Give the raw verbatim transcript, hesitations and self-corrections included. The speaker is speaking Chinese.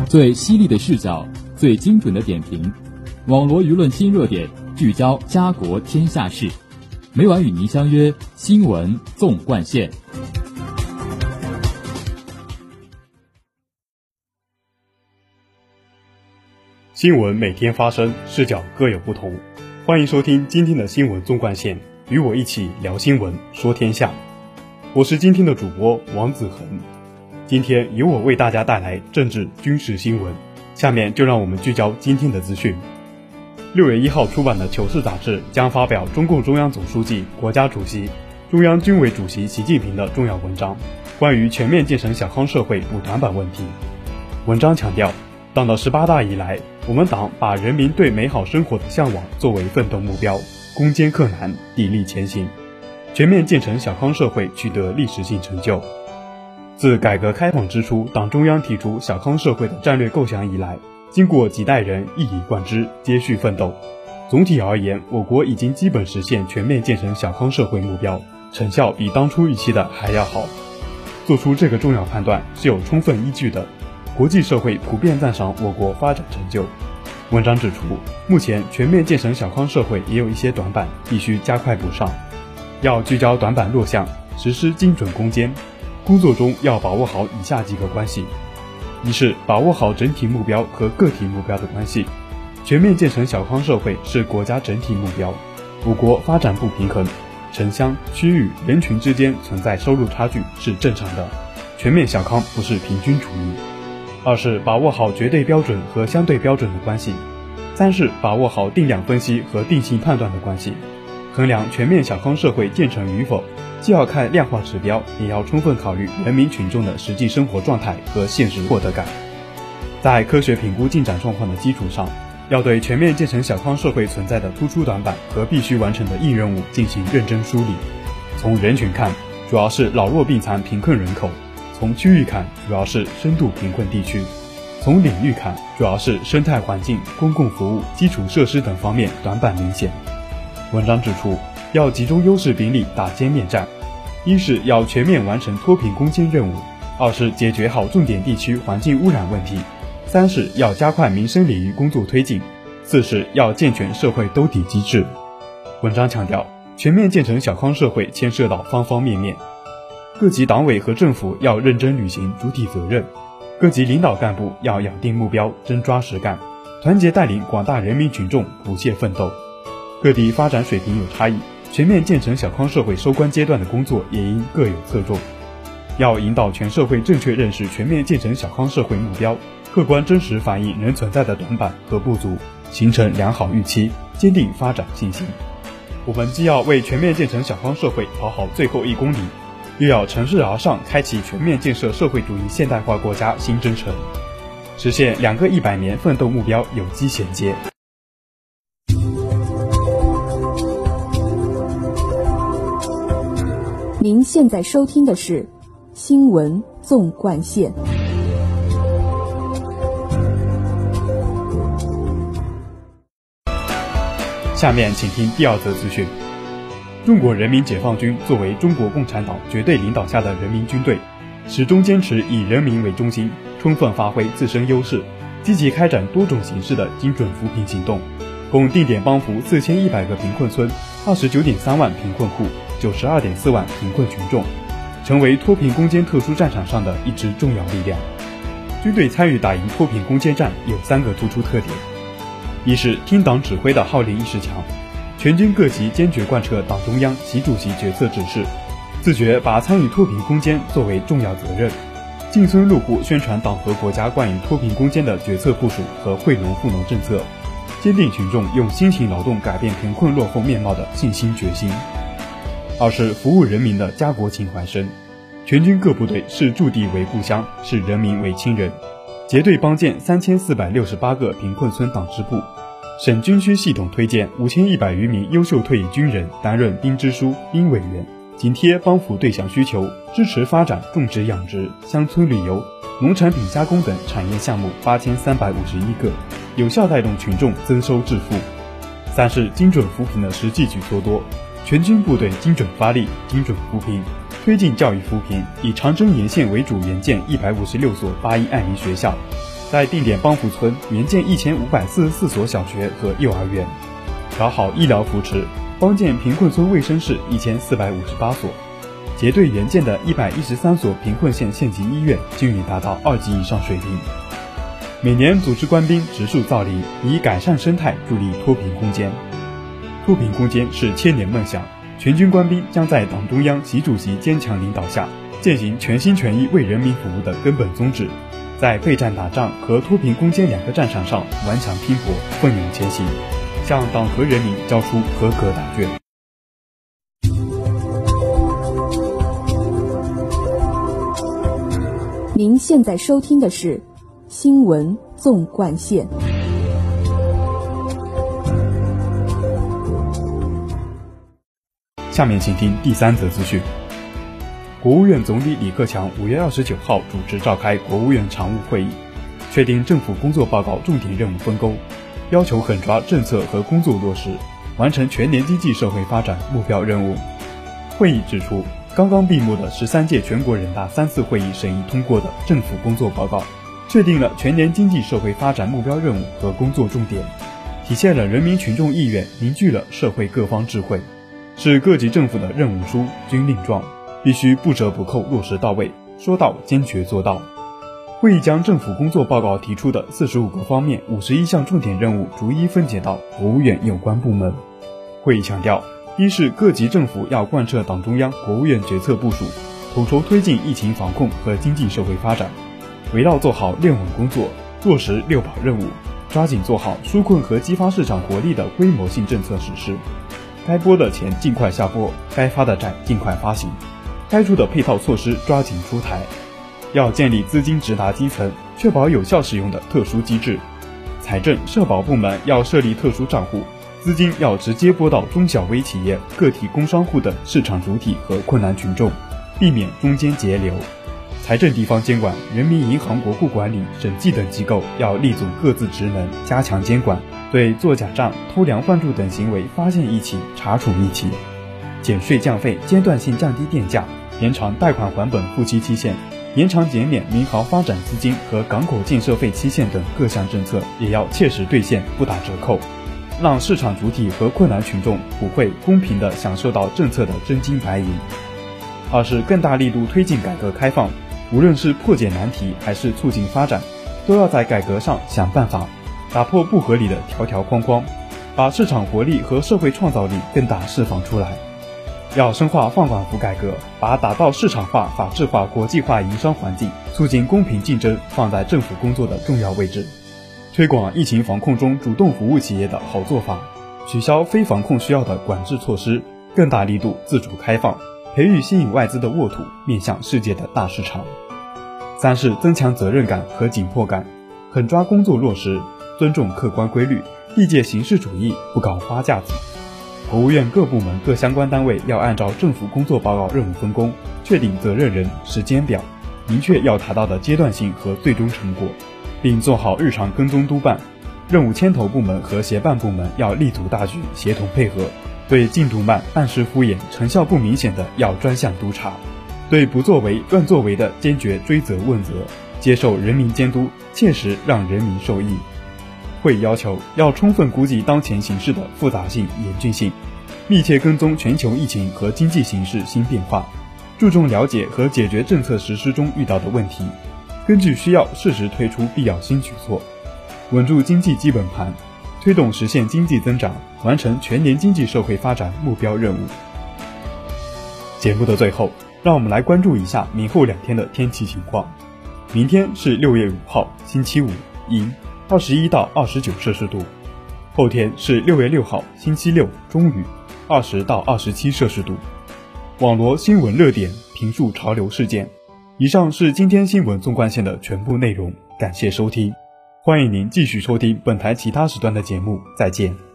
最犀利的视角，最精准的点评，网罗舆论新热点，聚焦家国天下事。每晚与您相约新闻纵贯线。 新闻每天发生，视角各有不同。欢迎收听今天的新闻纵贯线，与我一起聊新闻，说天下。我是今天的主播王子恒。今天由我为大家带来政治军事新闻，下面就让我们聚焦今天的资讯。六月一号出版的《求是》杂志将发表中共中央总书记、国家主席、中央军委主席习近平的重要文章，关于全面建成小康社会补短板问题。文章强调，党的十八大以来，我们党把人民对美好生活的向往作为奋斗目标，攻坚克难，砥砺前行，全面建成小康社会取得历史性成就。自改革开放之初，党中央提出小康社会的战略构想以来，经过几代人一以贯之，接续奋斗，总体而言，我国已经基本实现全面建成小康社会目标，成效比当初预期的还要好。做出这个重要判断是有充分依据的，国际社会普遍赞赏我国发展成就。文章指出，目前全面建成小康社会也有一些短板，必须加快补上。要聚焦短板弱项，实施精准攻坚。工作中要把握好以下几个关系：一是把握好整体目标和个体目标的关系。全面建成小康社会是国家整体目标，我国发展不平衡，城乡、区域、人群之间存在收入差距是正常的，全面小康不是平均主义。二是把握好绝对标准和相对标准的关系。三是把握好定量分析和定性判断的关系。衡量全面小康社会建成与否，既要看量化指标，也要充分考虑人民群众的实际生活状态和现实获得感。在科学评估进展状况的基础上，要对全面建成小康社会存在的突出短板和必须完成的硬任务进行认真梳理。从人群看，主要是老弱病残贫困人口；从区域看，主要是深度贫困地区；从领域看，主要是生态环境、公共服务、基础设施等方面短板明显。文章指出，要集中优势兵力打歼灭战，一是要全面完成脱贫攻坚任务，二是解决好重点地区环境污染问题，三是要加快民生领域工作推进，四是要健全社会兜底机制。文章强调，全面建成小康社会牵涉到方方面面，各级党委和政府要认真履行主体责任，各级领导干部要咬定目标，真抓实干，团结带领广大人民群众不懈奋斗。各地发展水平有差异，全面建成小康社会收官阶段的工作也应各有侧重。要引导全社会正确认识全面建成小康社会目标，客观真实反映仍存在的短板和不足，形成良好预期，坚定发展信心。我们既要为全面建成小康社会跑好最后一公里，又要乘势而上，开启全面建设社会主义现代化国家新征程，实现两个一百年奋斗目标有机衔接。 您现在收听的是新闻纵贯线。 下面请听第二则资讯。中国人民解放军作为中国共产党绝对领导下的人民军队，始终坚持以人民为中心，充分发挥自身优势，积极开展多种形式的精准扶贫行动，共定点帮扶四千一百个贫困村，二十九点三万贫困户，九十二点四万贫困群众，成为脱贫攻坚特殊战场上的一支重要力量。军队参与打赢脱贫攻坚战有三个突出特点：一是听党指挥的号令意识强，全军各级坚决贯彻党中央、习主席决策指示，自觉把参与脱贫攻坚作为重要责任，进村入户宣传党和国家关于脱贫攻坚的决策部署和惠农富农政策，坚定群众用辛勤劳动改变贫困落后面貌的信心决心。二是服务人民的家国情怀深，全军各部队视驻地为故乡，视人民为亲人，结队帮建三千四百六十八个贫困村党支部，省军区系统推荐五千一百余名优秀退役军人担任兵支书、兵委员，紧贴帮扶对象需求，支持发展种植养殖、乡村旅游、农产品加工等产业项目八千三百五十一个，有效带动群众增收致富。三是精准扶贫的实际举措多，全军部队精准发力、精准扶贫，推进教育扶贫，以长征沿线为主援建一百五十六所八一爱民学校， 在定点帮扶村援建一千五百四十四所小学和幼儿园，搞好医疗扶持，帮建贫困村卫生室一千四百五十八所，结对援建的一百一十三所贫困县县级医院均已达到二级以上水平。每年组织官兵植树造林，以改善生态助力脱贫攻坚。脱贫攻坚是千年梦想，全军官兵将在党中央、习主席坚强领导下，践行全心全意为人民服务的根本宗旨，在备战打仗和脱贫攻坚两个战场上顽强拼搏，奋勇前行，向党和人民交出合格答卷。 您现在收听的是新闻纵贯线。 下面请听第三则资讯。国务院总理李克强五月二十九号主持召开国务院常务会议，确定政府工作报告重点任务分工，要求狠抓政策和工作落实，完成全年经济社会发展目标任务。会议指出，刚刚闭幕的十三届全国人大三次会议审议通过的政府工作报告，确定了全年经济社会发展目标任务和工作重点，体现了人民群众意愿，凝聚了社会各方智慧，是各级政府的任务书、军令状，必须不折不扣落实到位，说到坚决做到。会议将政府工作报告提出的四十五个方面、五十一项重点任务逐一分解到国务院有关部门。会议强调，一是各级政府要贯彻党中央、国务院决策部署，统筹推进疫情防控和经济社会发展，围绕做好链稳工作，落实六保任务，抓紧做好纾困和激发市场活力的规模性政策实施。该拨的钱尽快下拨，该发的债尽快发行，该出的配套措施抓紧出台。要建立资金直达基层，确保有效使用的特殊机制。财政、社保部门要设立特殊账户，资金要直接拨到中小微企业、个体工商户等市场主体和困难群众，避免中间截流。财政地方监管、人民银行国库管理、审计等机构要立足各自职能，加强监管，对做假账、偷梁换柱等行为发现一起，查处一起。减税降费，阶段性降低电价，延长贷款还本付期期限，延长减免民航发展资金和港口建设费期限等各项政策也要切实兑现，不打折扣，让市场主体和困难群众普惠公平地享受到政策的真金白银。二是更大力度推进改革开放，无论是破解难题还是促进发展，都要在改革上想办法，打破不合理的条条框框，把市场活力和社会创造力更大释放出来。要深化放管服改革，把打造市场化、法治化、国际化营商环境，促进公平竞争放在政府工作的重要位置。推广疫情防控中主动服务企业的好做法，取消非防控需要的管制措施，更大力度自主开放，培育吸引外资的沃土，面向世界的大市场。三是增强责任感和紧迫感，狠抓工作落实，尊重客观规律，力戒形式主义，不搞花架子。国务院各部门各相关单位要按照政府工作报告任务分工，确定责任人、时间表，明确要达到的阶段性和最终成果，并做好日常跟踪督办。任务牵头部门和协办部门要立足大局，协同配合，对进度慢、办事敷衍、成效不明显的要专项督查，对不作为、乱作为的坚决追责问责，接受人民监督，切实让人民受益。会议要求要充分估计当前形势的复杂性、严峻性，密切跟踪全球疫情和经济形势新变化，注重了解和解决政策实施中遇到的问题，根据需要适时推出必要新举措，稳住经济基本盘，推动实现经济增长，完成全年经济社会发展目标任务。节目的最后，让我们来关注一下明后两天的天气情况。明天是六月五号，星期五，阴，二十一到二十九摄氏度。后天是六月六号，星期六，中雨，二十到二十七摄氏度。网罗新闻热点，评述潮流事件。以上是今天新闻纵贯线的全部内容，感谢收听。欢迎您继续收听本台其他时段的节目，再见。